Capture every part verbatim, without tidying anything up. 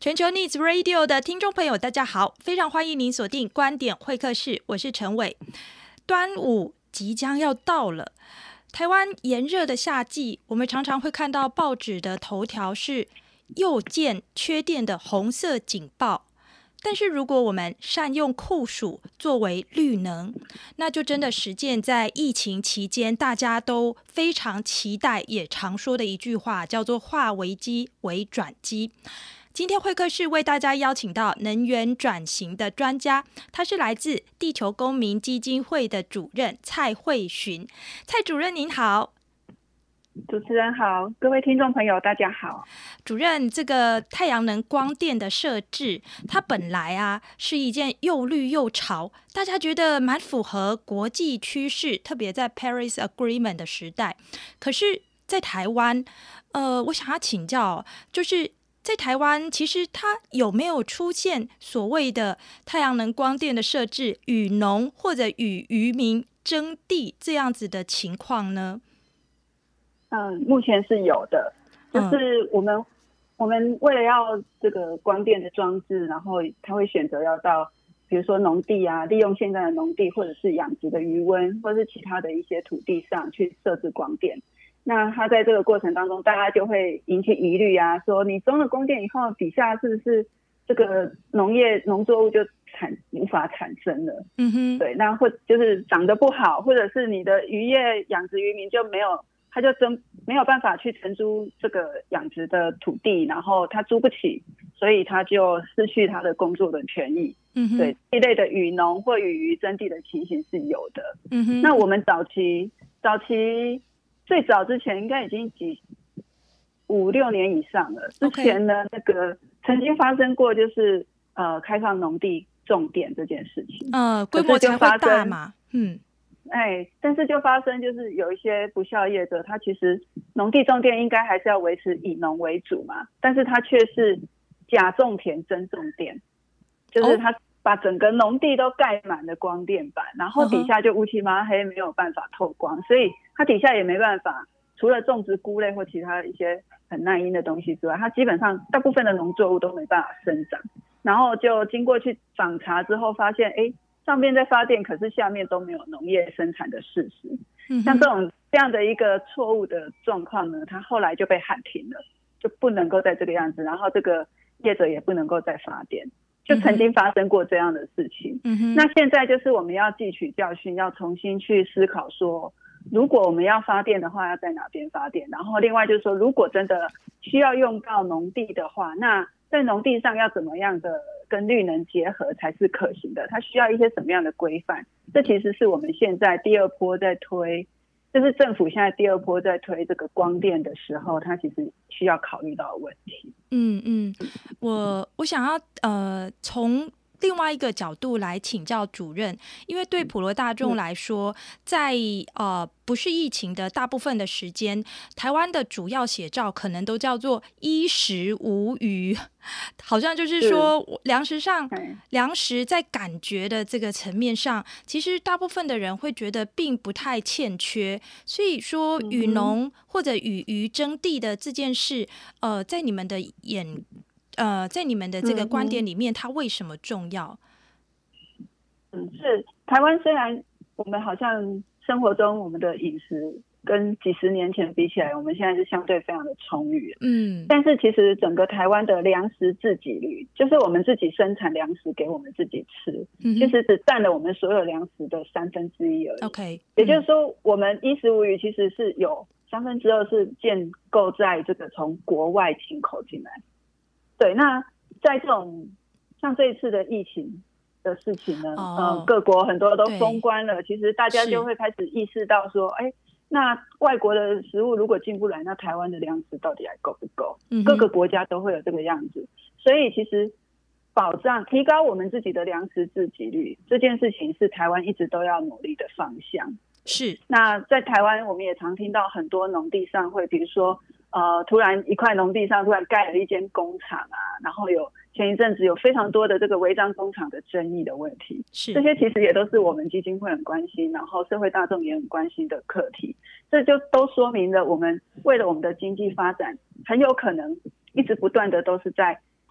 全球 Needs Radio 的听众朋友大家好，非常欢迎您锁定观点会客室，我是陈伟。端午即将要到了，台湾炎热的夏季，我们常常会看到报纸的头条是又见缺电的红色警报。但是如果我们善用酷暑作为绿能，那就真的实践在疫情期间大家都非常期待也常说的一句话，叫做化危机为转机。今天会客室为大家邀请到能源转型的专家，他是来自地球公民基金会的主任蔡慧寻。蔡主任您好。 主持人好，各位听众朋友大家好。 主任，这个太阳能光电的设置，它本来啊是一件又绿又潮，大家觉得蛮符合国际趋势，特别在 Paris Agreement 的时代。可是在台湾呃，我想要请教，就是在台湾其实它有没有出现所谓的太阳能光电的设置与农或者与渔民争地这样子的情况呢？ 嗯，目前是有的，就是我们、嗯、我们为了要这个光电的装置，然后他会选择要到比如说农地啊，利用现在的农地或者是养殖的渔温或者是其他的一些土地上去设置光电。那他在这个过程当中，大家就会引起疑虑啊，说你装了光电以后，底下是不是这个农业农作物就产无法产生了？嗯哼，对，那或就是长得不好，或者是你的渔业养殖渔民就没有。他就真没有办法去承租这个养殖的土地，然后他租不起，所以他就失去他的工作的权益。嗯哼，对，这一类的渔农或渔渔争地的情形是有的。嗯哼，那我们早期早期最早之前应该已经几五六年以上了。之前呢， okay. 那个曾经发生过，就是呃开放农地种电这件事情。 呃，规模才会大嘛。嗯。 哎，但是就发生就是有一些不肖业者，他其实农地种电应该还是要维持以农为主嘛，但是他却是假种田真种电，就是他把整个农地都盖满了光电板，然后底下就乌漆嘛黑，没有办法透光，所以他底下也没办法，除了种植菇类或其他一些很耐阴的东西之外，他基本上大部分的农作物都没办法生长。然后就经过去访查之后发现，哎，上面在发电，可是下面都没有农业生产的事实。嗯、像这种这样的一个错误的状况呢，它后来就被喊停了，就不能够再这个样子，然后这个业者也不能够再发电，就曾经发生过这样的事情。嗯、那现在就是我们要汲取教训，要重新去思考说，如果我们要发电的话，要在哪边发电？然后另外就是说，如果真的需要用到农地的话，那在农地上要怎么样的跟绿能结合才是可行的？它需要一些什么样的规范？这其实是我们现在第二波在推，就是政府现在第二波在推这个光电的时候，它其实需要考虑到的问题。 嗯嗯，我我想要呃从另外一个角度来请教主任，因为对普罗大众来说，在呃不是疫情的大部分的时间，台湾的主要写照可能都叫做衣食无余，好像就是说粮食上粮食在感觉的这个层面上，其实大部分的人会觉得并不太欠缺，所以说与农或者与渔争地的这件事，呃，在你们的眼呃，在你们的这个观点里面，嗯、它为什么重要？ 嗯，是台湾虽然我们好像生活中我们的饮食跟几十年前比起来，我们现在是相对非常的充裕，嗯，但是其实整个台湾的粮食自给率，就是我们自己生产粮食给我们自己吃，嗯、其实只占了我们所有粮食的三分之一而已。 OK， 也就是说，我们衣食无余，其实是有三分之二是建构在这个从国外进口进来。对，那在这种像这一次的疫情的事情呢，哦呃、各国很多都封关了，其实大家就会开始意识到说，哎，那外国的食物如果进不来，那台湾的粮食到底还够不够？嗯、各个国家都会有这个样子，所以其实保障提高我们自己的粮食自给率这件事情是台湾一直都要努力的方向。 是， 那在台湾我们也常听到很多农地上会，比如说呃，突然一块农地上突然盖了一间工厂啊，然后有前一阵子有非常多的这个违章工厂的争议的问题，是这些其实也都是我们基金会很关心，然后社会大众也很关心的课题。这就都说明了我们为了我们的经济发展，很有可能一直不断的都是在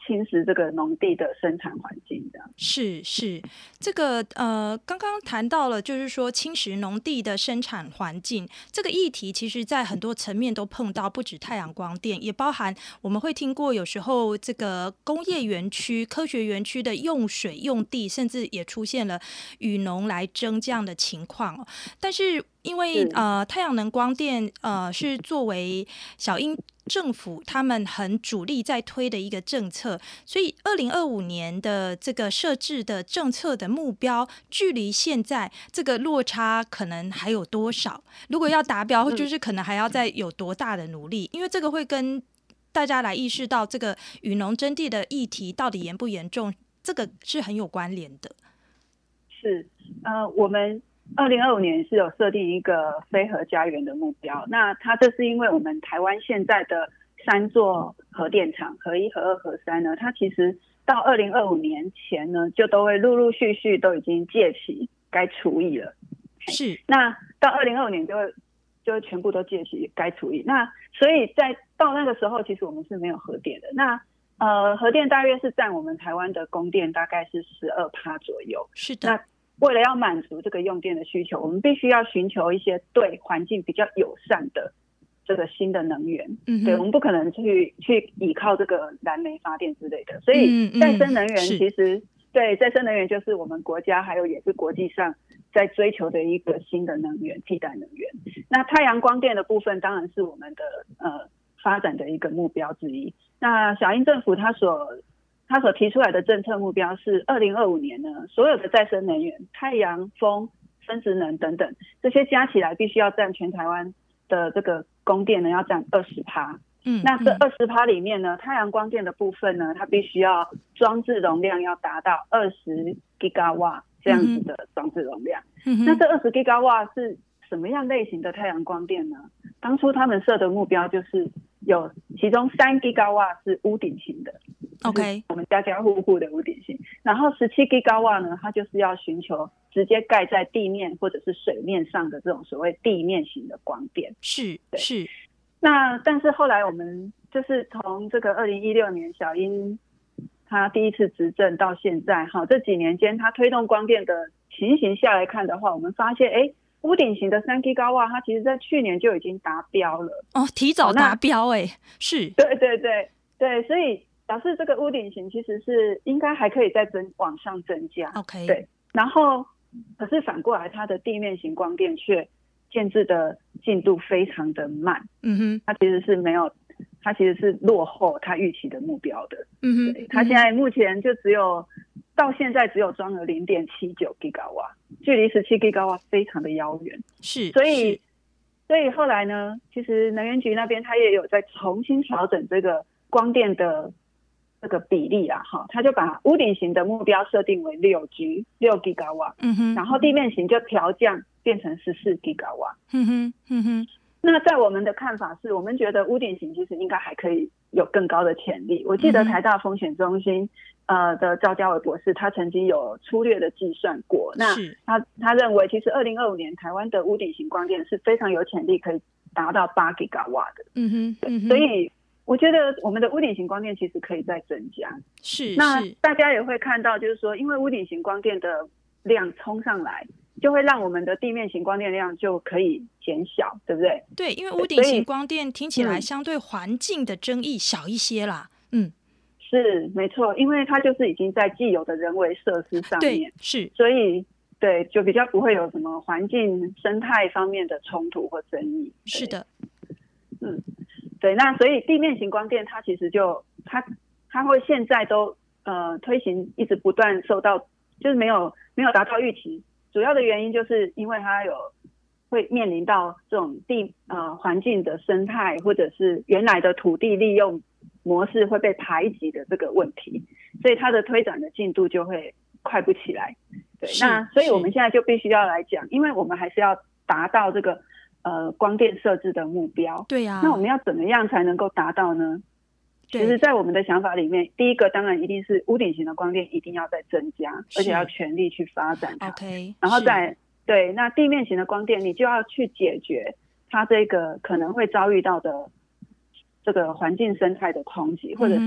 侵蚀这个农地的生产环境这样。 是是，这个呃，刚刚谈到了，就是说侵蚀农地的生产环境这个议题，其实在很多层面都碰到，不止太阳光电，也包含我们会听过有时候这个工业园区、科学园区的用水用地，甚至也出现了与农来争这样的情况哦。但是因为呃，太阳能光电呃是作为小英政府他们很主力在推的一个政策，所以二零二五年的这个设置的政策的目标，距离现在这个落差可能还有多少？如果要达标，就是可能还要再有多大的努力？因为这个会跟大家来意识到这个与农争地的议题到底严不严重，这个是很有关联的。 是，呃，我们二零二五年是有设定一个非核家园的目标，那它这是因为我们台湾现在的三座核电厂，核一、核二、核三呢，它其实到二零二五年前呢，就都会陆陆续续都已经届期该除役了。 是， 那到二零二五年就会就全部都届期该除役。那所以在到那个时候，其实我们是没有核电的。那呃，核电大约是占我们台湾的供电大概是十二趴左右。 是的。 那为了要满足这个用电的需求，我们必须要寻求一些对环境比较友善的这个新的能源。嗯，对，我们不可能去去依靠这个燃煤发电之类的。所以再生能源其实、嗯嗯、对再生能源就是我们国家还有也是国际上在追求的一个新的能源替代能源。那太阳光电的部分当然是我们的呃发展的一个目标之一。那小英政府它所他所提出来的政策目标是二零二五年呢，所有的再生能源，太阳、风、生质能等等，这些加起来必须要占全台湾的这个供电呢，要占二十趴。嗯，那这二十趴里面呢，太阳光电的部分呢，它必须要装置容量要达到二十 gigawatt 这样子的装置容量。嗯，那这二十 gigawatt 是什么样类型的太阳光电呢？当初他们设的目标就是有其中三 gigawatt 是屋顶型的。OK， 我们家家户户的屋顶型，然后十七 gigawatt 呢，它就是要寻求直接盖在地面或者是水面上的这种所谓地面型的光电。 是，是。 那但是后来我们就是从这个二零一六年小英他第一次执政到现在，哈，这几年间他推动光电的情形下来看的话，我们发现，哎，屋顶型的三 gigawatt 它其实在去年就已经达标了。 哦，提早达标，哎，是。 对对对对，所以表示这个屋顶型其实是应该还可以再增往上增加。 OK， 对，然后可是反过来它的地面型光电却建制的进度非常的慢。嗯哼，它其实是没有它其实是落后它预期的目标的。嗯哼，对，它现在目前就只有到现在只有装了 零点七九 gigawatt， 距离十七 gigawatt 非常的遥远。 是， 所以所以后来呢，其实能源局那边它也有在重新调整这个光电的这个比例啦，哈，他就把屋顶型的目标设定为六 G 六 gigawatt， 嗯哼，然后地面型就调降变成十四 gigawatt， 嗯哼，嗯哼。那在我们的看法是，我们觉得屋顶型其实应该还可以有更高的潜力。我记得台大风险中心呃的赵家伟博士，他曾经有粗略的计算过，那他他认为其实二零二五年台湾的屋顶型光电是非常有潜力可以达到八 gigawatt 的。嗯哼，嗯哼，所以我觉得我们的屋顶型光电其实可以再增加。 是， 那大家也会看到，就是说，因为屋顶型光电的量冲上来，就会让我们的地面型光电量就可以减小，对不对？ 对，因为屋顶型光电听起来相对环境的争议小一些啦。嗯， 是没错，因为它就是已经在既有的人为设施上面， 对，是， 所以对，就比较不会有什么环境生态方面的冲突或争议。 是的， 嗯。对，那所以地面型光电它其实就它它会现在都呃推行一直不断受到就是没有没有达到预期，主要的原因就是因为它有会面临到这种地呃环境的生态或者是原来的土地利用模式会被排挤的这个问题，所以它的推展的进度就会快不起来。对，那所以我们现在就必须要来讲，因为我们还是要达到这个呃，光电设置的目标。 对呀、啊， 那我们要怎么样才能够达到呢？其实在我们的想法里面，第一个当然一定是屋顶型的光电一定要再增加，而且要全力去发展它。 OK， 然后再对，那地面型的光电你就要去解决它这个可能会遭遇到的这个环境生态的冲击，或者是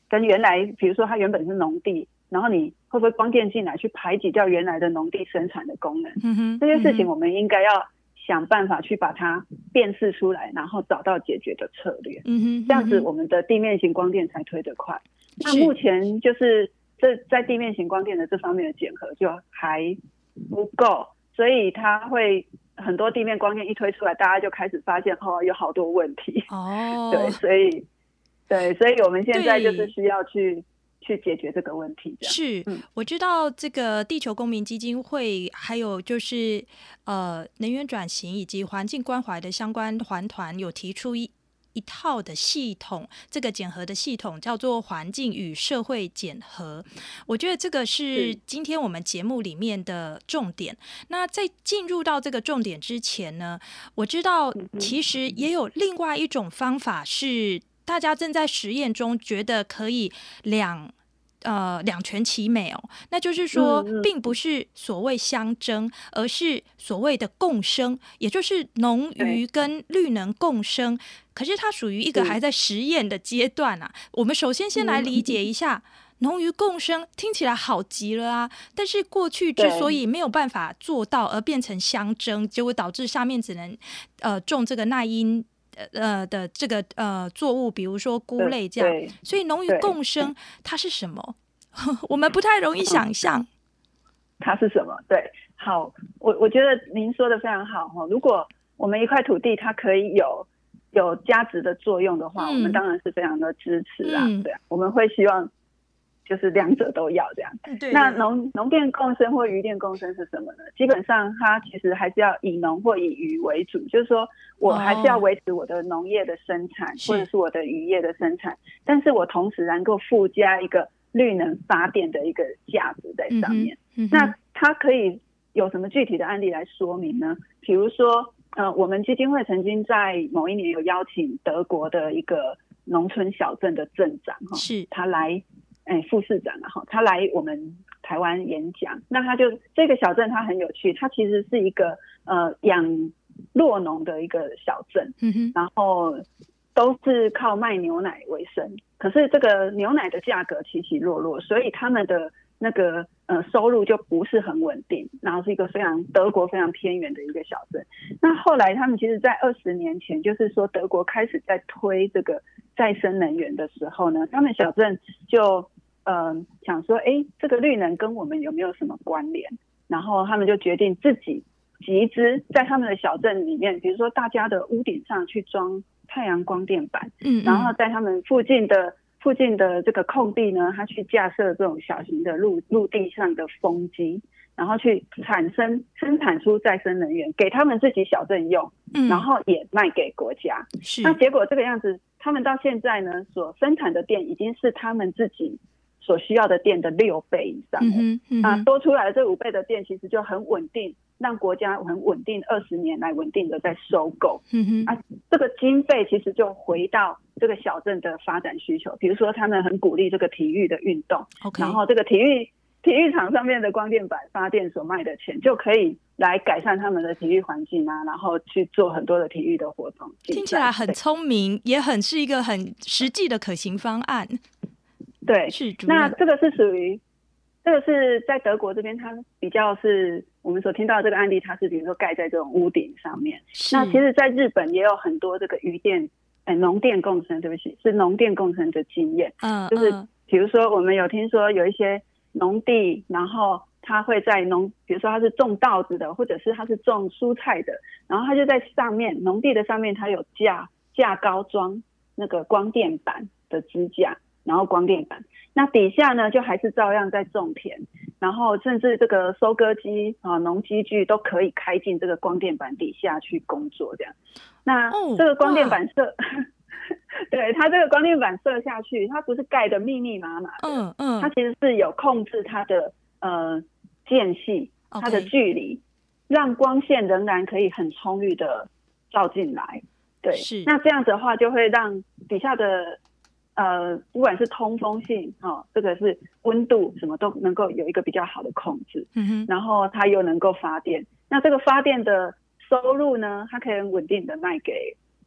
跟原来比如说它原本是农地，然后你会不会光电进来去排挤掉原来的农地生产的功能？嗯哼，这些事情我们应该要想办法去把它辨识出来，然后找到解决的策略。嗯哼，这样子我们的地面型光电才推得快。那目前就是这在地面型光电的这方面的检核就还不够，所以它会很多地面光电一推出来，大家就开始发现哦有好多问题。哦，对，所以对，所以我们现在就是需要去去解决这个问题。 是、嗯、我知道这个地球公民基金会还有就是呃能源转型以及环境关怀的相关环团有提出一一套的系统，这个检核的系统叫做环境与社会检核，我觉得这个是今天我们节目里面的重点。那在进入到这个重点之前呢，我知道其实也有另外一种方法是大家正在实验中觉得可以两呃，两全其美哦，那就是说，并不是所谓相争，而是所谓的共生，也就是农渔跟绿能共生。可是它属于一个还在实验的阶段啊。我们首先先来理解一下，农渔共生听起来好极了啊，但是过去之所以没有办法做到，而变成相争，结果导致下面只能呃种这个耐阴。呃的这个呃作物，比如说菇类这样，所以农渔共生它是什么？我们不太容易想象、嗯、 它是什么。对，好，我我觉得您说的非常好哈。如果我们一块土地它可以有有价值的作用的话、嗯，我们当然是非常的支持啊。嗯、对啊，我们会希望就是两者都要这样。对对对，那农农电共生或渔电共生是什么呢？基本上它其实还是要以农或以渔为主，就是说我还是要维持我的农业的生产、哦、或者是我的渔业的生产，但是我同时能够附加一个绿能发电的一个价值在上面、嗯嗯、那它可以有什么具体的案例来说明呢？比如说呃，我们基金会曾经在某一年有邀请德国的一个农村小镇的镇长是他来哎，副市长啊，他来我们台湾演讲。那他就这个小镇，它很有趣，它其实是一个呃养酪农的一个小镇，嗯哼，然后都是靠卖牛奶为生。可是这个牛奶的价格起起落落，所以他们的那个呃收入就不是很稳定，然后是一个非常德国非常偏远的一个小镇。那后来他们其实在二十年前，就是说德国开始在推这个再生能源的时候呢，他们小镇就呃想说，哎，这个绿能跟我们有没有什么关联？然后他们就决定自己集资，在他们的小镇里面，比如说大家的屋顶上去装太阳光电板，嗯，然后在他们附近的附近的这个空地呢，他去架设这种小型的陆陆地上的风机，然后去产生生产出再生能源给他们自己小镇用，嗯，然后也卖给国家。是，那结果这个样子，他们到现在呢所生产的电已经是他们自己所需要的电的六倍以上了，嗯嗯，啊，多出来的这五倍的电其实就很稳定，让国家很稳定二十年来稳定的在收购，嗯哼，啊，这个经费其实就回到这个小镇的发展需求，比如说他们很鼓励这个体育的运动， okay. 然后这个体育体育场上面的光电板发电所卖的钱就可以来改善他们的体育环境啊，然后去做很多的体育的活动。 听起来很聪明，也很是一个很实际的可行方案。 对，是。那这个是属于这个是在德国这边，它比较是我们所听到的这个案例，它是比如说盖在这种屋顶上面。那其实在日本也有很多这个渔电哎农电共生，对不起，是农电共生的经验。嗯，就是比如说我们有听说有一些农地，然后他会在农，比如说他是种稻子的，或者是他是种蔬菜的，然后他就在上面农地的上面，他有架架高装那个光电板的支架，然后光电板，那底下呢就还是照样在种田，然后甚至这个收割机啊、农机具都可以开进这个光电板底下去工作这样。那这个光电板设、哦、对，它这个光电板设下去，它不是盖的密密麻麻的，嗯嗯，它其实是有控制它的呃间隙，它的距离， okay. 让光线仍然可以很充裕的照进来。对，是。那这样子的话，就会让底下的呃，不管是通风性哦，这个是温度什么都能够有一个比较好的控制，嗯哼，然后它又能够发电。那这个发电的收入呢，它可以很稳定的卖给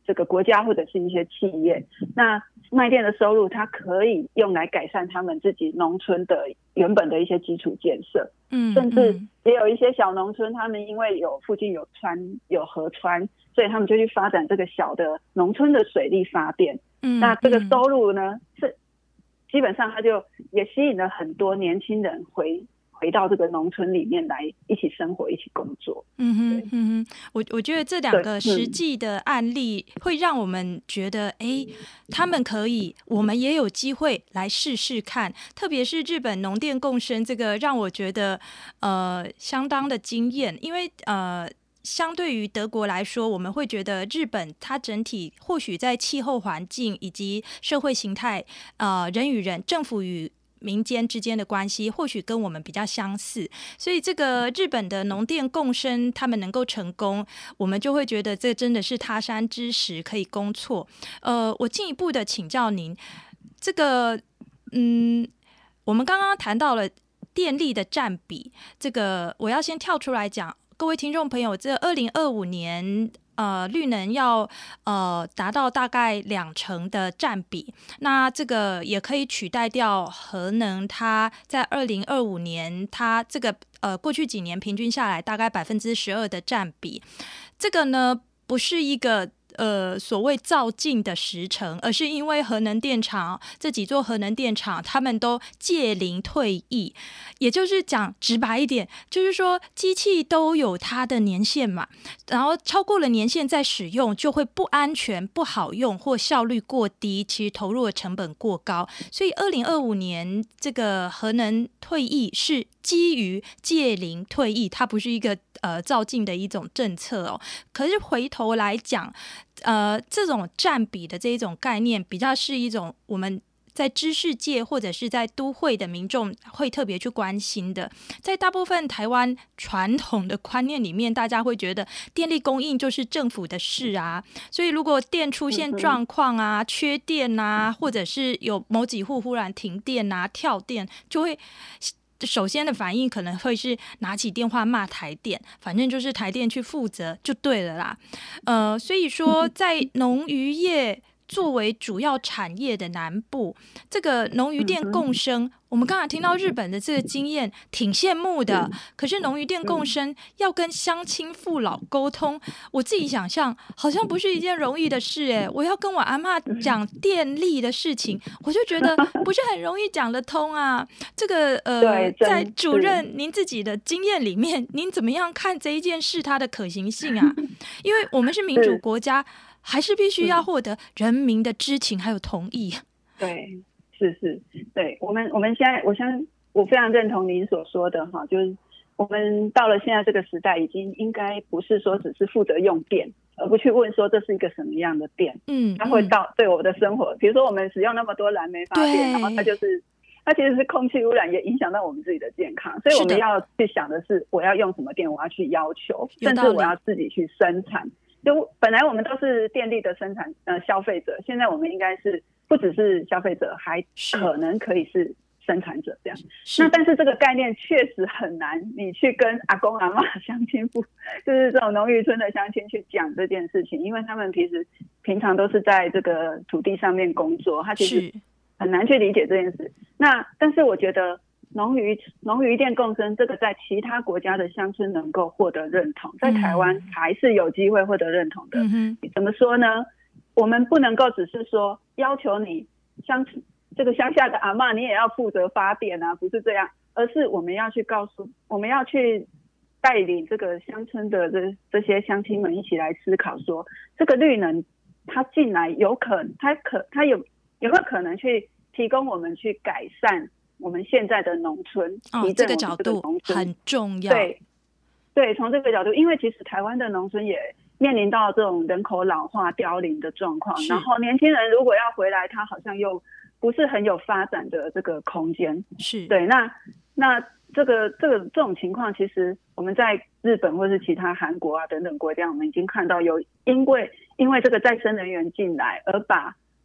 这个国家或者是一些企业，那卖电的收入它可以用来改善他们自己农村的原本的一些基础建设，嗯，甚至也有一些小农村，他们因为有附近有川有河川，所以他们就去发展这个小的农村的水力发电，嗯，那这个收入呢是基本上它就也吸引了很多年轻人回回到这个农村里面来一起生活一起工作。 嗯哼嗯哼，我我觉得这两个实际的案例会让我们觉得哎、嗯，他们可以我们也有机会来试试看，特别是日本农电共生这个让我觉得呃相当的惊艳，因为呃相对于德国来说，我们会觉得日本它整体或许在气候环境以及社会形态呃人与人政府与民间之间的关系或许跟我们比较相似，所以这个日本的农电共生他们能够成功，我们就会觉得这真的是他山之石可以攻错。呃，我进一步的请教您，这个嗯，我们刚刚谈到了电力的占比，这个我要先跳出来讲，各位听众朋友，这二零二五年呃，绿能要呃达到大概两成的占比，那这个也可以取代掉核能，它在二零二五年它这个呃过去几年平均下来大概百分之十二的占比，这个呢不是一个呃所谓造进的时程，而是因为核能电厂这几座核能电厂他们都届龄退役，也就是讲直白一点，就是说机器都有它的年限嘛，然后超过了年限再使用就会不安全不好用或效率过低，其实投入的成本过高，所以二零二五年这个核能退役是基于届龄退役，它不是一个呃造进的一种政策哦。可是回头来讲，呃，这种占比的这一种概念，比较是一种我们在知识界或者是在都会的民众会特别去关心的。在大部分台湾传统的观念里面，大家会觉得电力供应就是政府的事啊，所以如果电出现状况啊、缺电啊，或者是有某几户忽然停电啊、跳电，就会首先的反应可能会是拿起电话骂台电，反正就是台电去负责就对了啦。呃，所以说在农渔业作为主要产业的南部，这个农渔电共生，我们刚才听到日本的这个经验挺羡慕的，可是农渔电共生要跟乡亲父老沟通，我自己想象好像不是一件容易的事耶。我要跟我阿嬷讲电力的事情，我就觉得不是很容易讲得通啊。这个呃，在主任您自己的经验里面，您怎么样看这一件事它的可行性啊？因为我们是民主国家，还是必须要获得人民的知情还有同意。 对，是是，对我们我们现在，我相信我非常认同您所说的哈，就是我们到了现在这个时代，已经应该不是说只是负责用电，而不去问说这是一个什么样的电，嗯，它会到对我的生活，比如说我们使用那么多燃煤发电，然后它就是它其实是空气污染，也影响到我们自己的健康，所以我们要去想的是，我要用什么电，我要去要求，甚至我要自己去生产。就本来我们都是电力的生产呃消费者，现在我们应该是不只是消费者，还可能可以是生产者这样。那但是这个概念确实很难，你去跟阿公阿嬷乡亲父，就是这种农渔村的乡亲去讲这件事情，因为他们平时平常都是在这个土地上面工作，他其实很难去理解这件事。那但是我觉得农渔农渔电共生这个在其他国家的乡村能够获得认同，在台湾还是有机会获得认同的。嗯、怎么说呢？我们不能够只是说要求你乡这个乡下的阿嬷你也要负责发电啊，不是这样，而是我们要去告诉，我们要去带领这个乡村的这这些乡亲们一起来思考说，这个绿能它进来有可它可它有有没有可能去提供我们去改善我们现在的农村， 哦，这个角度很重要。 对，对，从这个角度，因为其实台湾的农村也面临到这种人口老化凋零的状况，然后年轻人如果要回来，他好像又不是很有发展的这个空间。 是， 对，那那这个这个这种情况，其实我们在日本或是其他韩国啊等等国家，我们已经看到有因为因为这个再生能源进来，而把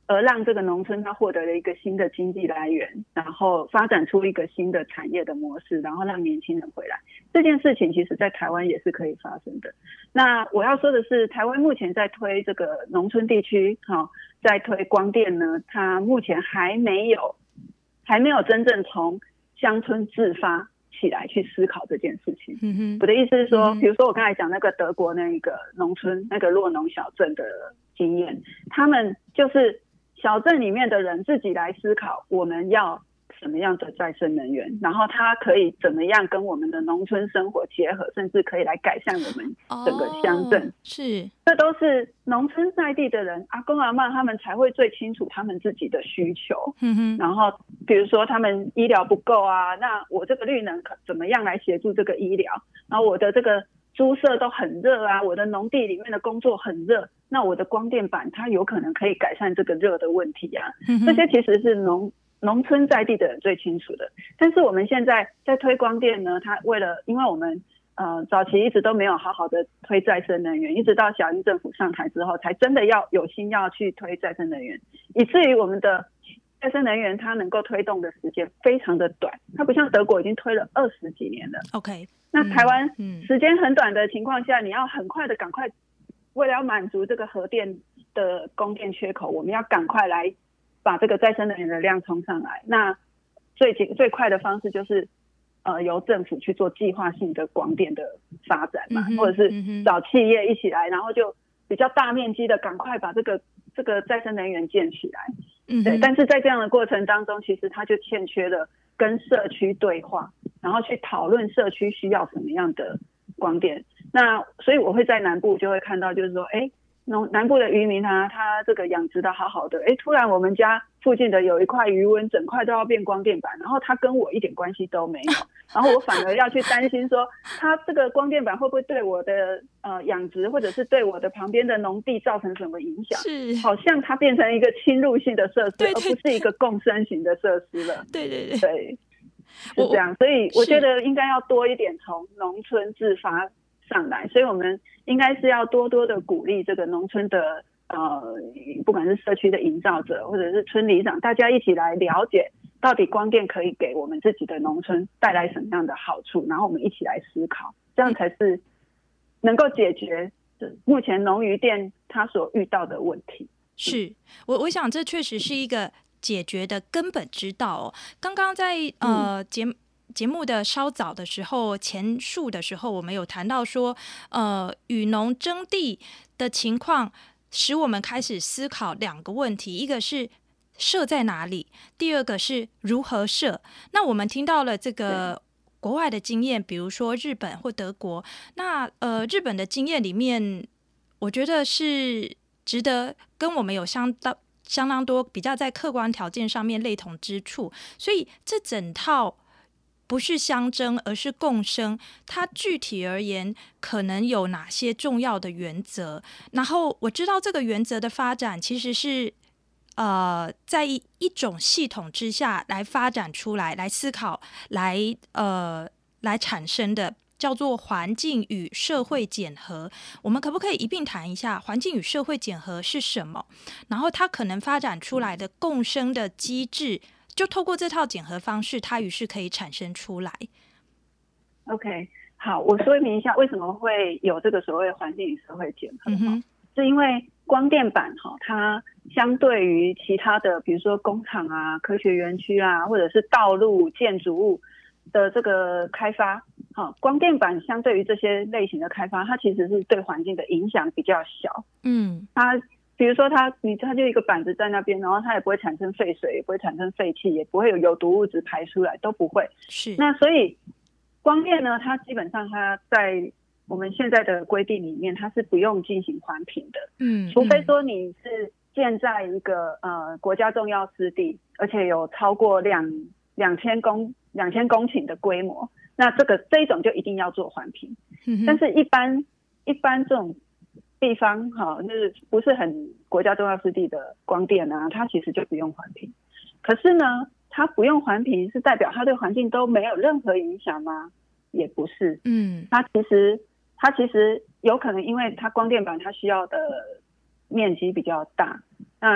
而让这个农村它获得了一个新的经济来源，然后发展出一个新的产业的模式，然后让年轻人回来。这件事情其实在台湾也是可以发生的。那我要说的是，台湾目前在推这个农村地区，哦，在推光电呢，它目前还没有还没有真正从乡村自发起来去思考这件事情。嗯哼，我的意思是说，比如说我刚才讲那个德国那一个农村那个洛农小镇的经验，他们就是小镇里面的人自己来思考我们要什么样的再生能源，然后它可以怎么样跟我们的农村生活结合，甚至可以来改善我们整个乡镇。哦， 是， 这都是农村在地的人，阿公阿嬷他们才会最清楚他们自己的需求。嗯哼，然后比如说他们医疗不够啊，那我这个绿能怎么样来协助这个医疗？然后我的这个猪舍都很热啊，我的农地里面的工作很热，那我的光电板它有可能可以改善这个热的问题啊。嗯，这些其实是农农村在地的人最清楚的。但是我们现在在推光电呢，它为了因为我们呃早期一直都没有好好的推再生能源，一直到小英政府上台之后才真的要有心要去推再生能源，以至于我们的再生能源它能够推动的时间非常的短，它不像德国已经推了二十几年了。 OK， 那台湾时间很短的情况下，你要很快的赶快为了要满足这个核电的供电缺口，我们要赶快来把这个再生能源的量冲上来。那最最快的方式就是呃由政府去做计划性的光电的发展嘛，嗯、或者是找企业一起来，然后就比较大面积的赶快把这个这个再生能源建起来。嗯，对。但是在这样的过程当中，其实它就欠缺了跟社区对话，然后去讨论社区需要什么样的光电。那所以我会在南部就会看到，就是说，哎，南部的渔民啊，他这个养殖的好好的，哎，突然我们家附近的有一块渔温，整块都要变光电板，然后他跟我一点关系都没有，然后我反而要去担心说，他这个光电板会不会对我的呃养殖，或者是对我的旁边的农地造成什么影响？是，好像它变成一个侵入性的设施，对对对，而不是一个共生型的设施了。对对对，对，是这样。所以我觉得应该要多一点从农村自发上来，所以我们应该是要多多的鼓励这个农村的呃，不管是社区的营造者或者是村里长，大家一起来了解到底光电可以给我们自己的农村带来什么样的好处，然后我们一起来思考，这样才是能够解决目前农渔电它所遇到的问题。 是，我我想这确实是一个解决的根本之道哦。刚刚在呃节目。节目的稍早的时候，前述的时候，我们有谈到说，呃，与农争地的情况，使我们开始思考两个问题，一个是设在哪里，第二个是如何设。那我们听到了这个国外的经验，比如说日本或德国，那呃，日本的经验里面，我觉得是值得跟我们有相当相当多比较在客观条件上面类同之处，所以这整套不是相争，而是共生。它具体而言，可能有哪些重要的原则？然后我知道这个原则的发展，其实是呃，在一一种系统之下来发展出来，来思考，来呃来产生的，叫做环境与社会检核。我们可不可以一并谈一下环境与社会检核是什么？然后它可能发展出来的共生的机制。就透过这套检核方式，它于是可以产生出来。 OK， 好，我说明一下为什么会有这个所谓环境与社会检核。嗯、是因为光电板哈，它相对于其他的，比如说工厂啊、科学园区啊，或者是道路、建筑物的这个开发，哈，光电板相对于这些类型的开发，它其实是对环境的影响比较小。嗯，它。比如说它你它就一个板子在那边，然后它也不会产生废水，也不会产生废气，也不会有有毒物质排出来，都不会。是。那所以光电呢，它基本上它在我们现在的规定里面，它是不用进行环评的。嗯。除非说你是建在一个呃国家重要湿地，而且有超过两两千公两千公顷的规模，那这个这一种就一定要做环评。嗯。但是一般一般这种地方哈，就是不是很国家重要湿地的光电啊，它其实就不用环评。可是呢，它不用环评是代表它对环境都没有任何影响吗？也不是。嗯，它其实它其实有可能，因为它光电板它需要的面积比较大，那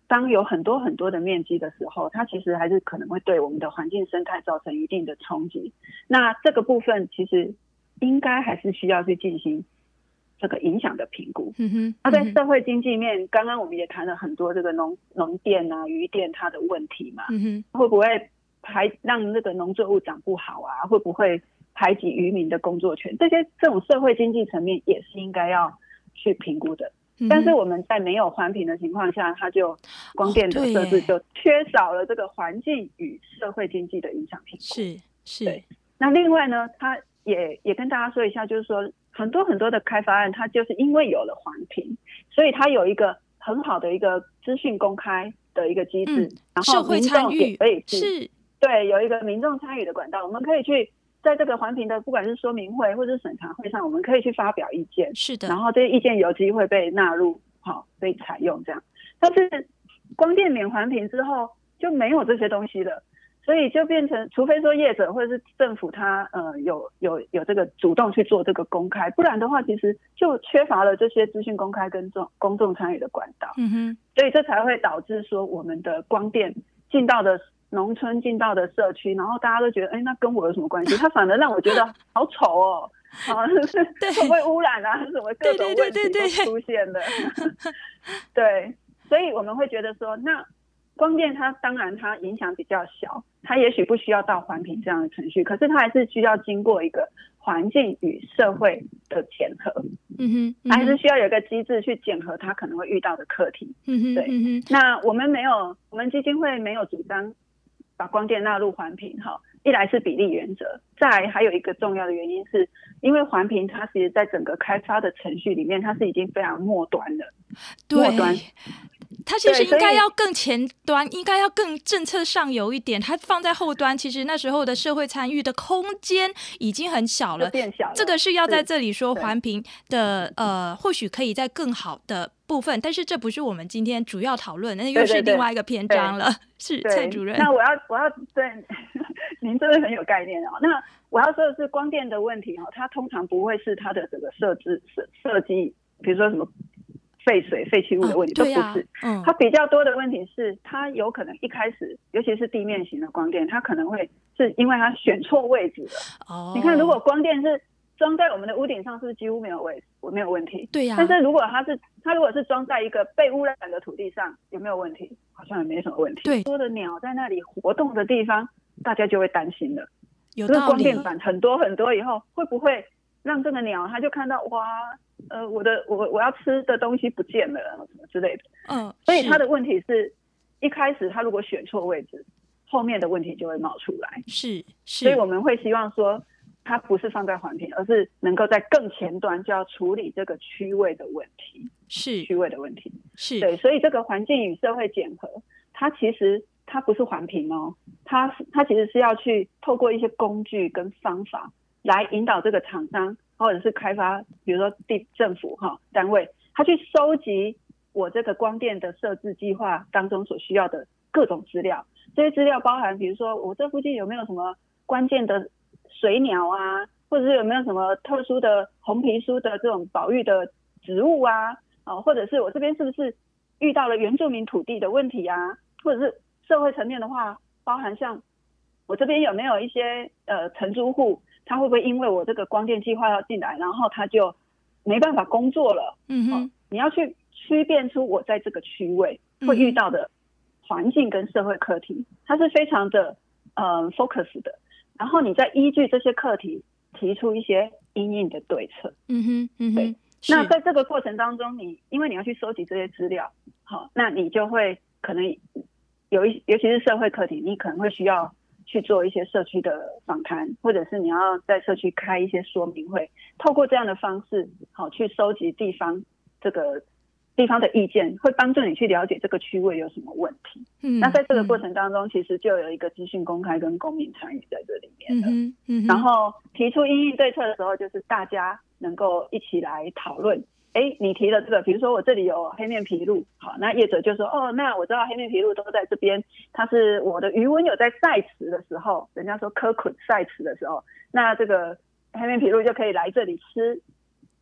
当有很多很多的面积的时候，它其实还是可能会对我们的环境生态造成一定的冲击。那这个部分其实应该还是需要去进行这个影响的评估。 嗯哼， 那在社会经济面，刚刚我们也谈了很多这个农农电啊、渔电它的问题嘛， 嗯哼， 会不会排让那个农作物长不好啊？会不会排挤渔民的工作权？这些这种社会经济层面也是应该要去评估的。但是我们在没有环评的情况下，它就光电的设置就缺少了这个环境与社会经济的影响评估。 是是。 对。那另外呢，它也也跟大家说一下，就是说很多很多的开发案，它就是因为有了环评，所以它有一个很好的一个资讯公开的一个机制，嗯、然后民众也可以是， 对，有一个民众参与的管道，我们可以去。在这个环评的不管是说明会或者审查会上，我们可以去发表意见， 是的， 然后这些意见有机会被纳入，好被采用这样。但是光电免环评之后就没有这些东西了，所以就变成除非说业者或者是政府他呃有有有这个主动去做这个公开，不然的话其实就缺乏了这些资讯公开跟众公众参与的管道。 嗯哼， 所以这才会导致说我们的光电进到的农村进到的社区，然后大家都觉得，哎，那跟我有什么关系？它反而让我觉得好丑哦，啊，会不会污染啊？什么各种问题都出现了。对，所以我们会觉得说，那光电它当然它影响比较小，它也许不需要到环评这样的程序，可是它还是需要经过一个环境与社会的检核。 嗯哼，嗯哼还是需要有一个机制去检核它可能会遇到的课题。 嗯哼， 对。 嗯哼， 那我们没有，我们基金会没有主张把光电纳入环评，哈，一来是比例原则，再来还有一个重要的原因是，因为环评它其实在整个开发的程序里面，它是已经非常末端了，末端。 它其实应该要更前端，应该要更政策上游一点。它放在后端，其实那时候的社会参与的空间已经很小了， 变小了。 这个是要在这里说环评的，呃，或许可以在更好的部分，但是这不是我们今天主要讨论，那又是另外一个篇章了。 对对对， 是蔡主任。 那我要我要对您真的很有概念哦。那我要说的是，光电的问题哦，它通常不会是它的整个设置设设计，比如说什么废水、废弃物的问题，都、哦啊、不是。嗯，它比较多的问题是，它有可能一开始，尤其是地面型的光电，它可能会是因为它选错位置了。哦，你看，如果光电是装在我们的屋顶上，是不是几乎没有位没有问题？ 对呀、啊。 但是如果它是它如果是装在一个被污染的土地上，有没有问题？好像也没什么问题。 对， 多的鸟在那里活动的地方，大家就会担心了。 有道理。 光电板很多很多以后，会不会让这个鸟它就看到哇？呃，我的我我要吃的东西不见了，什么之类的。 嗯， 所以他的问题是，一开始他如果选错位置，后面的问题就会冒出来。 是是， 所以我们会希望说，它不是放在环评，而是能够在更前端就要处理这个区位的问题。 是区位的问题。 是对，所以这个环境与社会检核，它其实它不是环评哦，它它其实是要去透过一些工具跟方法来引导这个厂商。或者是开发，比如说地政府哈单位，他去收集我这个光电的设置计划当中所需要的各种资料。这些资料包含，比如说我这附近有没有什么关键的水鸟啊，或者是有没有什么特殊的红皮书的这种保育的植物啊，啊，或者是我这边是不是遇到了原住民土地的问题啊，或者是社会层面的话，包含像我这边有没有一些呃承租户。他会不会因为我这个光电计划要进来，然后他就没办法工作了？ 嗯哼、 哦，你要去区辨出我在这个区位会遇到的环境跟社会课题，它是非常的呃 focus 的。然后你再依据这些课题提出一些因应的对策。 嗯哼，嗯哼， 对。那在这个过程当中，你因为你要去收集这些资料，好、哦，那你就会可能有一，尤其是社会课题，你可能会需要。去做一些社区的访谈，或者是你要在社区开一些说明会，透过这样的方式，好去收集地方这个地方的意见，会帮助你去了解这个区位有什么问题。嗯，那在这个过程当中，嗯、其实就有一个资讯公开跟公民参与在这里面了。 嗯嗯、 然后提出因应对策的时候，就是大家能够一起来讨论。哎，你提了这个，比如说我这里有黑面琵鹭，好，那业者就说，哦，那我知道黑面琵鹭都在这边，它是我的渔温有在晒池的时候，人家说科捆晒池的时候，那这个黑面琵鹭就可以来这里吃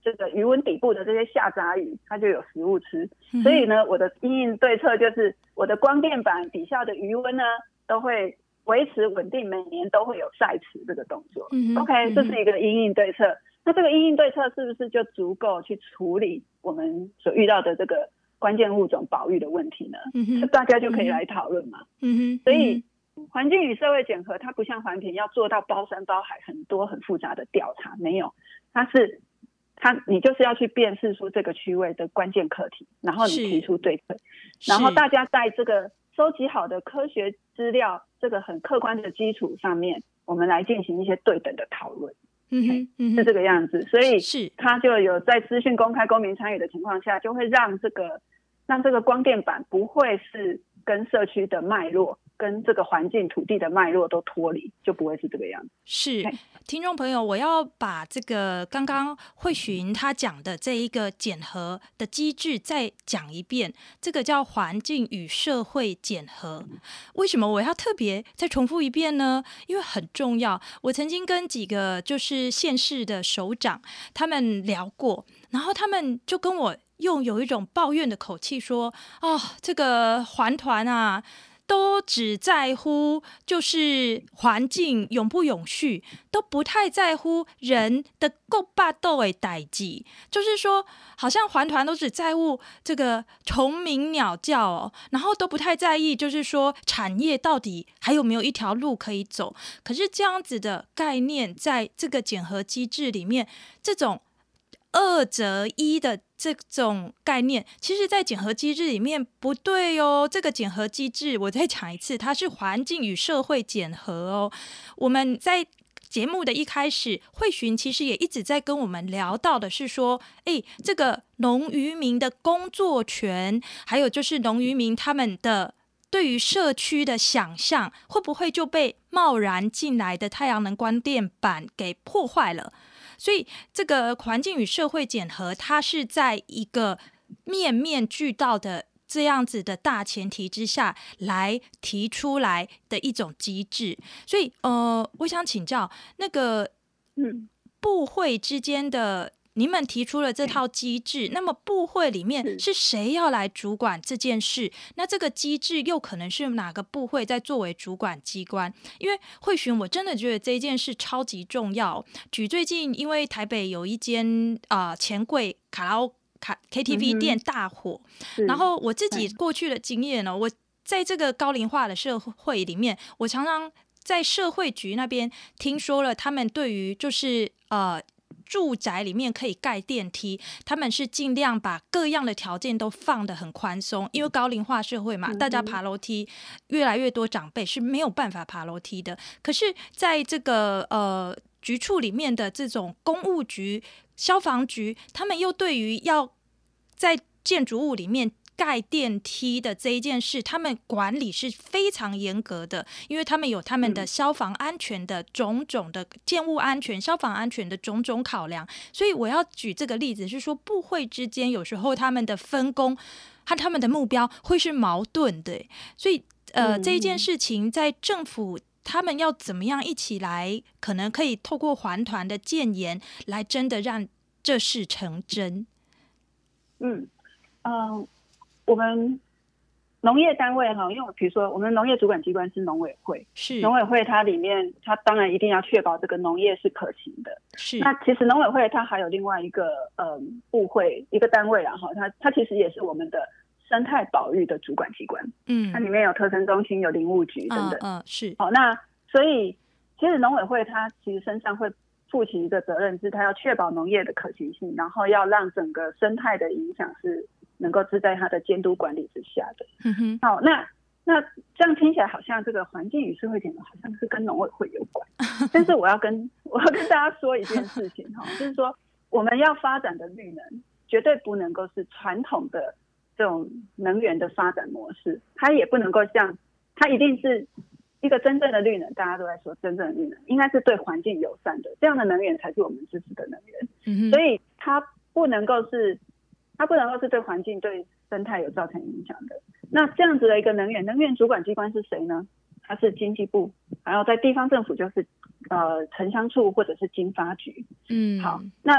这个鱼塭底部的这些下杂鱼，它就有食物吃。所以呢，我的因应对策就是我的光电板底下的鱼塭呢，都会维持稳定，每年都会有晒池这个动作。嗯、OK， 这是一个因应对策。那这个因应对策是不是就足够去处理我们所遇到的这个关键物种保育的问题呢？嗯、大家就可以来讨论嘛。嗯、所以环境与社会检核它不像环评要做到包山包海很多很复杂的调查，没有，它是它你就是要去辨识出这个区位的关键课题，然后你提出对策，然后大家在这个收集好的科学资料这个很客观的基础上面，我们来进行一些对等的讨论。嗯哼，嗯哼，是这个样子，所以它就有在资讯公开、公民参与的情况下，就会让这个让这个光电板不会是跟社区的脉络、跟这个环境、土地的脉络都脱离，就不会是这个样子。 是，听众朋友，我要把这个刚刚慧寻他讲的这一个检核的机制再讲一遍，这个叫环境与社会检核。为什么我要特别再重复一遍呢？因为很重要。我曾经跟几个就是县市的首长他们聊过，然后他们就跟我用有一种抱怨的口气说：“哦，这个环团啊。”都只在乎就是环境永不永续，都不太在乎人的够霸斗的代际。就是说，好像环团都只在乎这个虫鸣鸟叫哦，然后都不太在意，就是说产业到底还有没有一条路可以走。可是这样子的概念，在这个检核机制里面，这种二择一的这种概念，其实在检核机制里面不对哦。这个检核机制，我再讲一次，它是环境与社会检核哦。我们在节目的一开始，慧寻其实也一直在跟我们聊到的是说，哎，这个农渔民的工作权，还有就是农渔民他们的对于社区的想象，会不会就被贸然进来的太阳能光电板给破坏了？所以这个环境与社会检核，它是在一个面面俱到的这样子的大前提之下来提出来的一种机制。所以呃，我想请教那个嗯，部会之间的你们提出了这套机制，那么部会里面是谁要来主管这件事？那这个机制又可能是哪个部会在作为主管机关？因为慧寻，我真的觉得这件事超级重要。举最近，因为台北有一间啊、呃、钱柜卡拉 K T V 店大火、嗯，然后我自己过去的经验呢，我在这个高龄化的社会里面，我常常在社会局那边听说了，他们对于就是呃。住宅里面可以盖电梯，他们是尽量把各样的条件都放得很宽松，因为高龄化社会嘛，大家爬楼梯越来越多长辈是没有办法爬楼梯的。可是在这个呃局处里面的这种公务局、消防局，他们又对于要在建筑物里面盖电梯的这一件事，他们管理是非常严格的，因为他们有他们的消防安全的种种的建物安全、消防安全的种种考量。所以我要举这个例子是说，部会之间有时候他们的分工和他们的目标会是矛盾的。所以呃，这一件事情在政府他们要怎么样一起来，可能可以透过环团的建言来真的让这事成真。 嗯嗯。呃我们农业单位哈，因为比如说我们农业主管机关是农委会，是农委会它里面它当然一定要确保这个农业是可行的。是那其实农委会它还有另外一个呃部会一个单位啦哈，它它其实也是我们的生态保育的主管机关。嗯，它里面有特生中心、有林务局等等。嗯，嗯是。好，那所以其实农委会它其实身上会负起一个责任，是它要确保农业的可行性，然后要让整个生态的影响是能够是在它的监督管理之下的。嗯哼，好，那那这样听起来好像这个环境与社会检核好像是跟农委会有关，但是我要跟我要跟大家说一件事情哈，就是说我们要发展的绿能绝对不能够是传统的这种能源的发展模式，它也不能够像它一定是一个真正的绿能，大家都在说真正的绿能应该是对环境友善的，这样的能源才是我们支持的能源。嗯，所以它不能够是。它不能够是对环境、对生态有造成影响的。那这样子的一个能源，能源主管机关是谁呢？它是经济部，然后在地方政府就是呃城乡处或者是经发局。嗯，好，那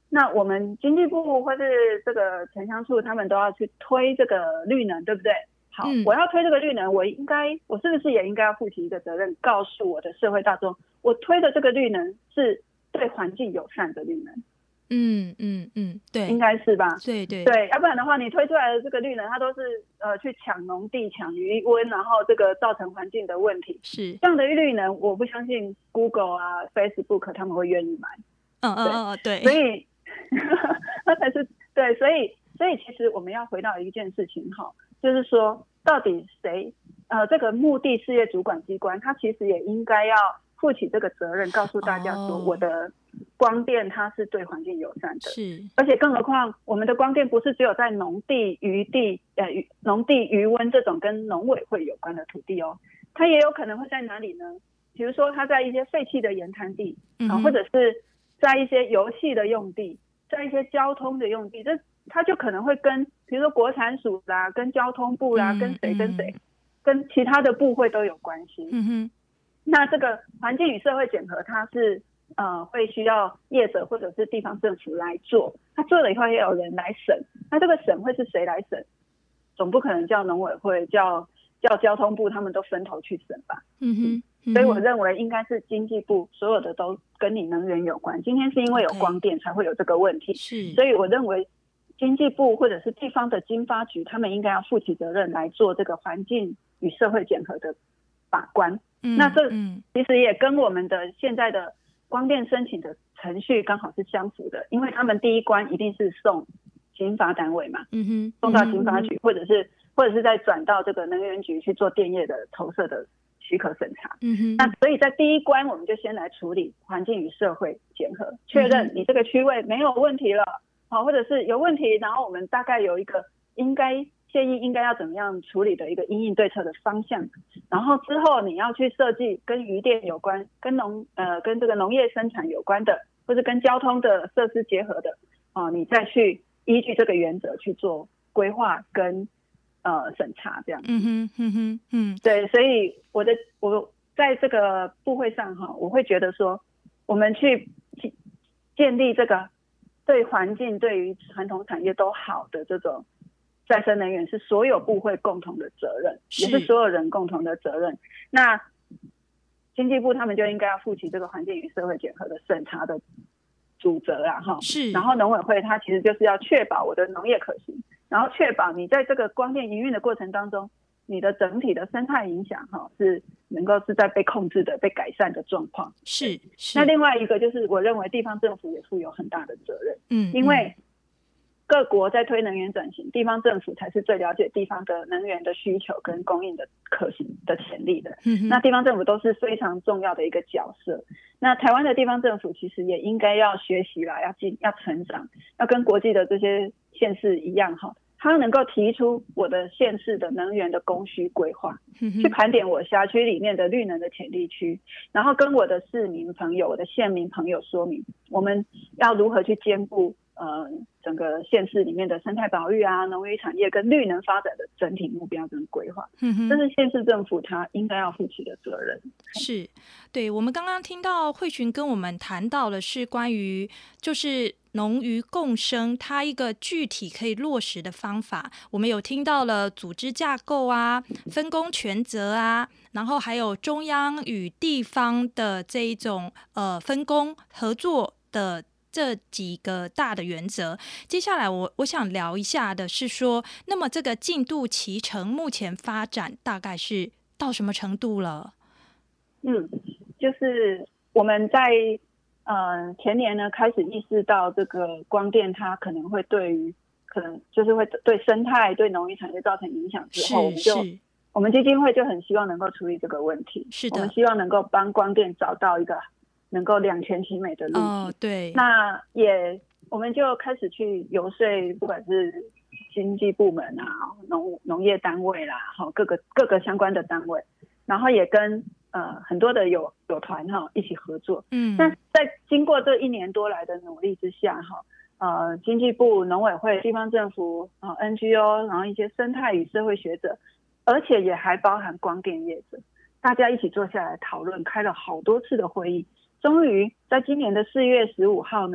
那我们经济部或是这个城乡处，他们都要去推这个绿能，对不对？好，嗯、我要推这个绿能，我应该，我是不是也应该要负起一个责任，告诉我的社会大众，我推的这个绿能是对环境友善的绿能？ 嗯嗯嗯，对， 应该是吧？ 对对对，要不然的话，你推出来的这个绿能，它都是呃去抢农地、抢渔温，然后这个造成环境的问题。 是这样的绿能，我不相信 Google 啊、Facebook 他们会愿意买。 嗯嗯嗯，对。 所以那才是对，所以所以其实我们要回到一件事情哈，就是说到底谁呃这个目的事业主管机关，它其实也应该要负起这个责任，告诉大家说我的光电它是对环境友善的， 是， 而且更何况我们的光电不是只有在农地、渔地、呃农地、渔温这种跟农委会有关的土地哦，它也有可能会在哪里呢？比如说它在一些废弃的盐滩地，嗯、啊，或者是在一些游戏的用地，在一些交通的用地，这它就可能会跟比如说国产署啦、跟交通部啦、嗯、跟谁跟谁、嗯、跟其他的部会都有关系。嗯哼。那这个环境与社会检核，它是呃会需要业者或者是地方政府来做，他做了以后也有人来审，那这个审会是谁来审？总不可能叫农委会、叫叫交通部他们都分头去审吧？嗯哼, 嗯哼。所以我认为应该是经济部所有的都跟你能源有关。今天是因为有光电才会有这个问题，是。所以我认为经济部或者是地方的经发局，他们应该要负起责任来做这个环境与社会检核的把关。嗯、那这其实也跟我们的现在的光电申请的程序刚好是相符的，因为他们第一关一定是送经发单位嘛，嗯哼，送到经发局、嗯、或者是或者是再转到这个能源局去做电业的投射的许可审查，嗯哼。那所以在第一关我们就先来处理环境与社会检核，确认你这个区位没有问题了，好，或者是有问题，然后我们大概有一个应该建议应该要怎么样处理的一个因应对策的方向，然后之后你要去设计跟渔电有关、跟农呃跟这个农业生产有关的，或是跟交通的设施结合的，哦、呃，你再去依据这个原则去做规划跟呃审查，这样。嗯哼嗯哼嗯，对，所以我的我在这个部会上哈，我会觉得说，我们去建立这个对环境、对于传统产业都好的这种再生能源是所有部会共同的责任，也是所有人共同的责任。那经济部他们就应该要负起这个环境与社会检核的审查的主责啊，哈。是。然后农委会它其实就是要确保我的农业可行，然后确保你在这个光电营运的过程当中，你的整体的生态影响哈是能够是在被控制的、被改善的状况。是是。那另外一个就是我认为地方政府也负有很大的责任，嗯，因为各国在推能源转型，地方政府才是最了解地方的能源的需求跟供应的可行的潜力的。嗯、那地方政府都是非常重要的一个角色。那台湾的地方政府其实也应该要学习啦，要进要成长，要跟国际的这些县市一样哈，它能够提出我的县市的能源的供需规划，嗯、去盘点我辖区里面的绿能的潜力区，然后跟我的市民朋友、我的县民朋友说明，我们要如何去兼顾。呃，整个县市里面的生态保育啊、农渔产业跟绿能发展的整体目标跟规划，嗯，这是县市政府他应该要负起的责任。 是，对，我们刚刚听到慧群跟我们谈到的是关于就是农渔共生它一个具体可以落实的方法，我们有听到了组织架构啊、分工权责啊，然后还有中央与地方的这一种呃分工合作的这几个大的原则。接下来我我想聊一下的是说，那么这个进度期程目前发展大概是到什么程度了？ 嗯，就是我们在呃前年呢开始意识到这个光电它可能会对于可能就是会对生态、对农渔产业造成影响之后，我们就我们基金会就很希望能够处理这个问题。是的，我们希望能够帮光电找到一个能够两全其美的路径。哦，对。那也我们就开始去游说，不管是经济部门啊、农农业单位啦，哈，各个各个相关的单位，然后也跟呃很多的友友团哈一起合作。嗯。那在经过这一年多来的努力之下，哈，呃，经济部、农委会、地方政府啊、N G O， 然后一些生态与社会学者，而且也还包含光电业者，大家一起坐下来讨论，开了好多次的会议。终于在今年的四月十五号呢，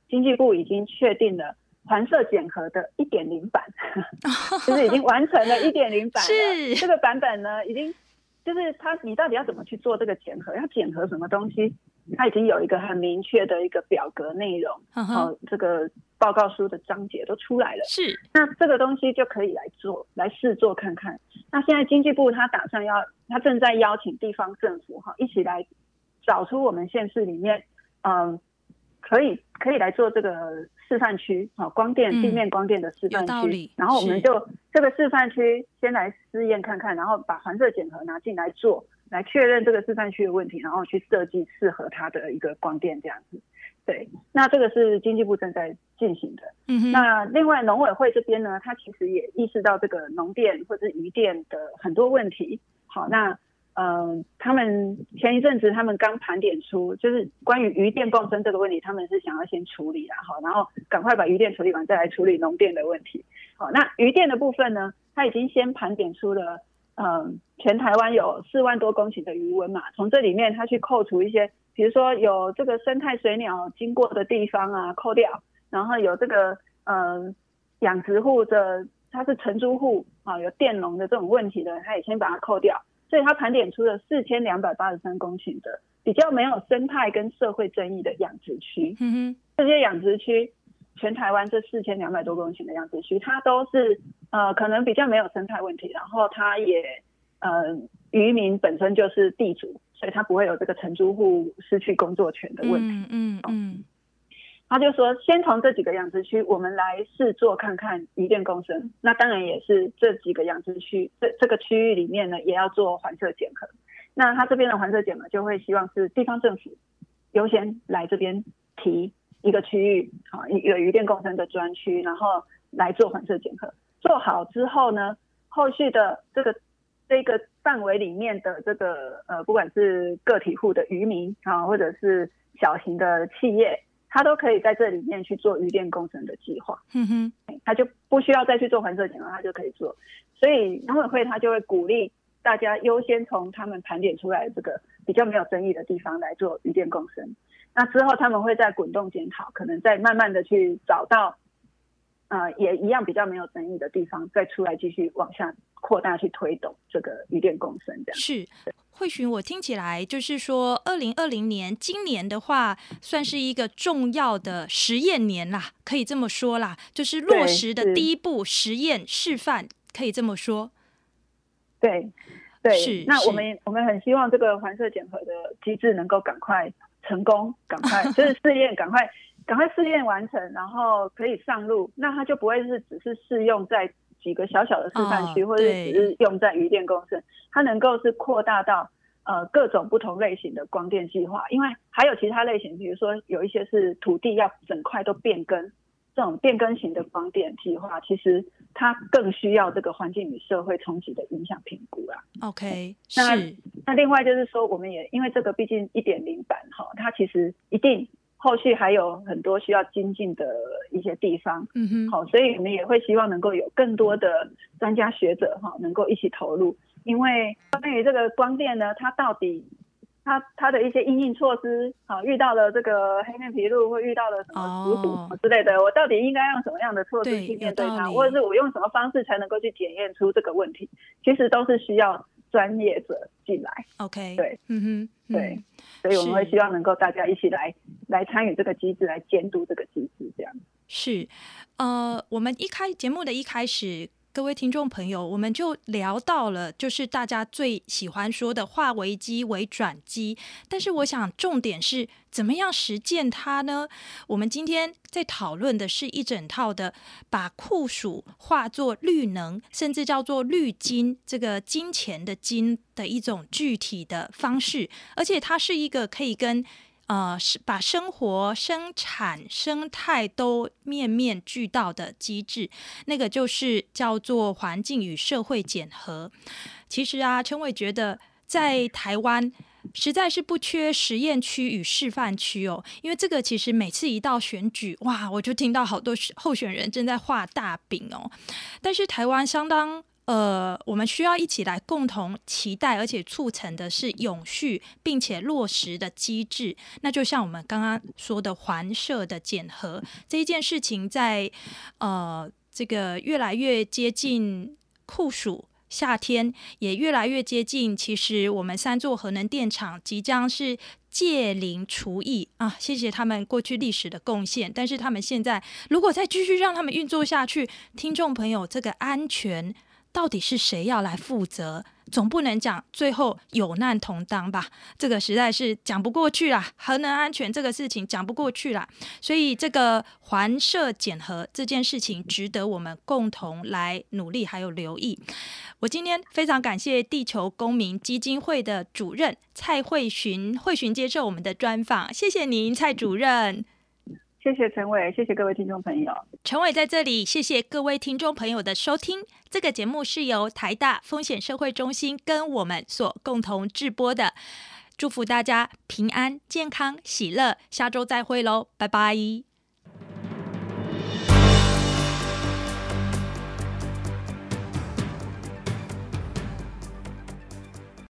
经济部已经确定了环社检核的 一点零 版，就是已经完成了 一点零 版了。 是这个版本呢，已经就是它你到底要怎么去做这个检核，要检核什么东西，它已经有一个很明确的一个表格内容， 嗯哼哦，这个报告书的章节都出来了。 是， 那这个东西就可以来做，来试做看看。那现在经济部他打算要，他正在邀请地方政府哈一起来找出我们县市里面，嗯，可以可以来做这个示范区，好，光电地面光电的示范区。然后我们就这个示范区先来试验看看，然后把环社检核拿进来做，来确认这个示范区的问题，然后去设计适合它的一个光电这样子。对，那这个是经济部正在进行的。嗯，那另外农委会这边呢，他其实也意识到这个农电或者渔电的很多问题。好，那呃，他们前一阵子他们刚盘点出，就是关于渔电共生这个问题，他们是想要先处理啦，好，然后赶快把渔电处理完，再来处理农电的问题。好，那渔电的部分呢，他已经先盘点出了，嗯，全台湾有四万多公顷的渔塭嘛，从这里面他去扣除一些。比如说有这个生态水鸟经过的地方啊，扣掉，然后有这个呃养殖户的，它是承租户啊，有佃农的这种问题的，他也先把它扣掉，所以他盘点出了四千两百八十三公顷的比较没有生态跟社会争议的养殖区。嗯哼，这些养殖区，全台湾这四千两百多公顷的养殖区，它都是呃可能比较没有生态问题，然后它也呃渔民本身就是地主。所以他不会有这个承租户失去工作权的问题。嗯嗯嗯，他就说，先从这几个养殖区，我们来试做看看渔电共生。那当然也是这几个养殖区，这这个区域里面呢，也要做环社检核。那他这边的环社检核就会希望是地方政府优先来这边提一个区域，好，一个渔电共生的专区，然后来做环社检核。做好之后呢，后续的这个。这个范围里面的这个呃，不管是个体户的渔民啊，或者是小型的企业，他都可以在这里面去做渔电共生的计划。嗯哼，他就不需要再去做环社检核，他就可以做。所以农委会他就会鼓励大家优先从他们盘点出来这个比较没有争议的地方来做渔电共生。那之后他们会再滚动检讨，可能再慢慢的去找到。呃，也一样比较没有争议的地方，再出来继续往下扩大去推动这个渔电共生这样。 是，慧寻，我听起来就是说，二零二零年今年的话，算是一个重要的实验年啦，可以这么说啦，就是落实的第一步实验示范，可以这么说。 对，对，是。那我们我们很希望这个环社检核的机制能够赶快成功，赶快就是试验，赶快。赶快试验完成，然后可以上路，那它就不会是只是适用在几个小小的示范区，哦、或者只是用在渔电共生，它能够是扩大到呃各种不同类型的光电计划，因为还有其他类型，比如说有一些是土地要整块都变更，这种变更型的光电计划，其实它更需要这个环境与社会冲击的影响评估啦。 OK， 那是。 那另外就是说，我们也因为这个毕竟 一点零 版哈，它其实一定。后续还有很多需要精进的一些地方，嗯哼，好，所以我们也会希望能够有更多的专家学者哈，能够一起投入，因为关于这个光电呢，它到底它它的一些因应措施，好，遇到了这个黑面琵鹭或遇到了什么鼠鼠之类的，哦、我到底应该用什么样的措施去面对它，或者是我用什么方式才能够去检验出这个问题，其实都是需要专业者进来。 OK， 对， 嗯哼，嗯对。所以我们会希望能够大家一起来来参与这个机制，来监督这个机制，这样是。呃，我们一开节目的一开始，各位听众朋友，我们就聊到了，就是大家最喜欢说的化危机为转机。但是我想重点是怎么样实践它呢？我们今天在讨论的是一整套的把酷暑化作绿能，甚至叫做绿金，这个金钱的金的一种具体的方式，而且它是一个可以跟呃，把生活、生产、生态都面面俱到的机制，那个就是叫做环境与社会检核。其实啊，陈伟觉得在台湾实在是不缺实验区与示范区哦，因为这个其实每次一到选举，哇，我就听到好多候选人正在画大饼哦。但是台湾相当呃，我们需要一起来共同期待，而且促成的是永续并且落实的机制。那就像我们刚刚说的环社的检核这一件事情在，呃这个越来越接近酷暑。夏天也越来越接近，其实我们三座核能电厂即将是届龄除役啊！谢谢他们过去历史的贡献，但是他们现在如果再继续让他们运作下去，听众朋友，这个安全到底是谁要来负责？总不能讲最后有难同当吧？这个实在是讲不过去啦，核能安全这个事情讲不过去啦。所以这个环社检核这件事情值得我们共同来努力还有留意。我今天非常感谢地球公民基金会的主任蔡慧寻，慧寻接受我们的专访，谢谢您蔡主任。 谢谢陈伟，谢谢各位听众朋友。 陈伟在这里，谢谢各位听众朋友的收听。这个节目是由台大风险社会中心跟我们所共同制播的。祝福大家平安、健康、喜乐，下周再会喽，拜拜。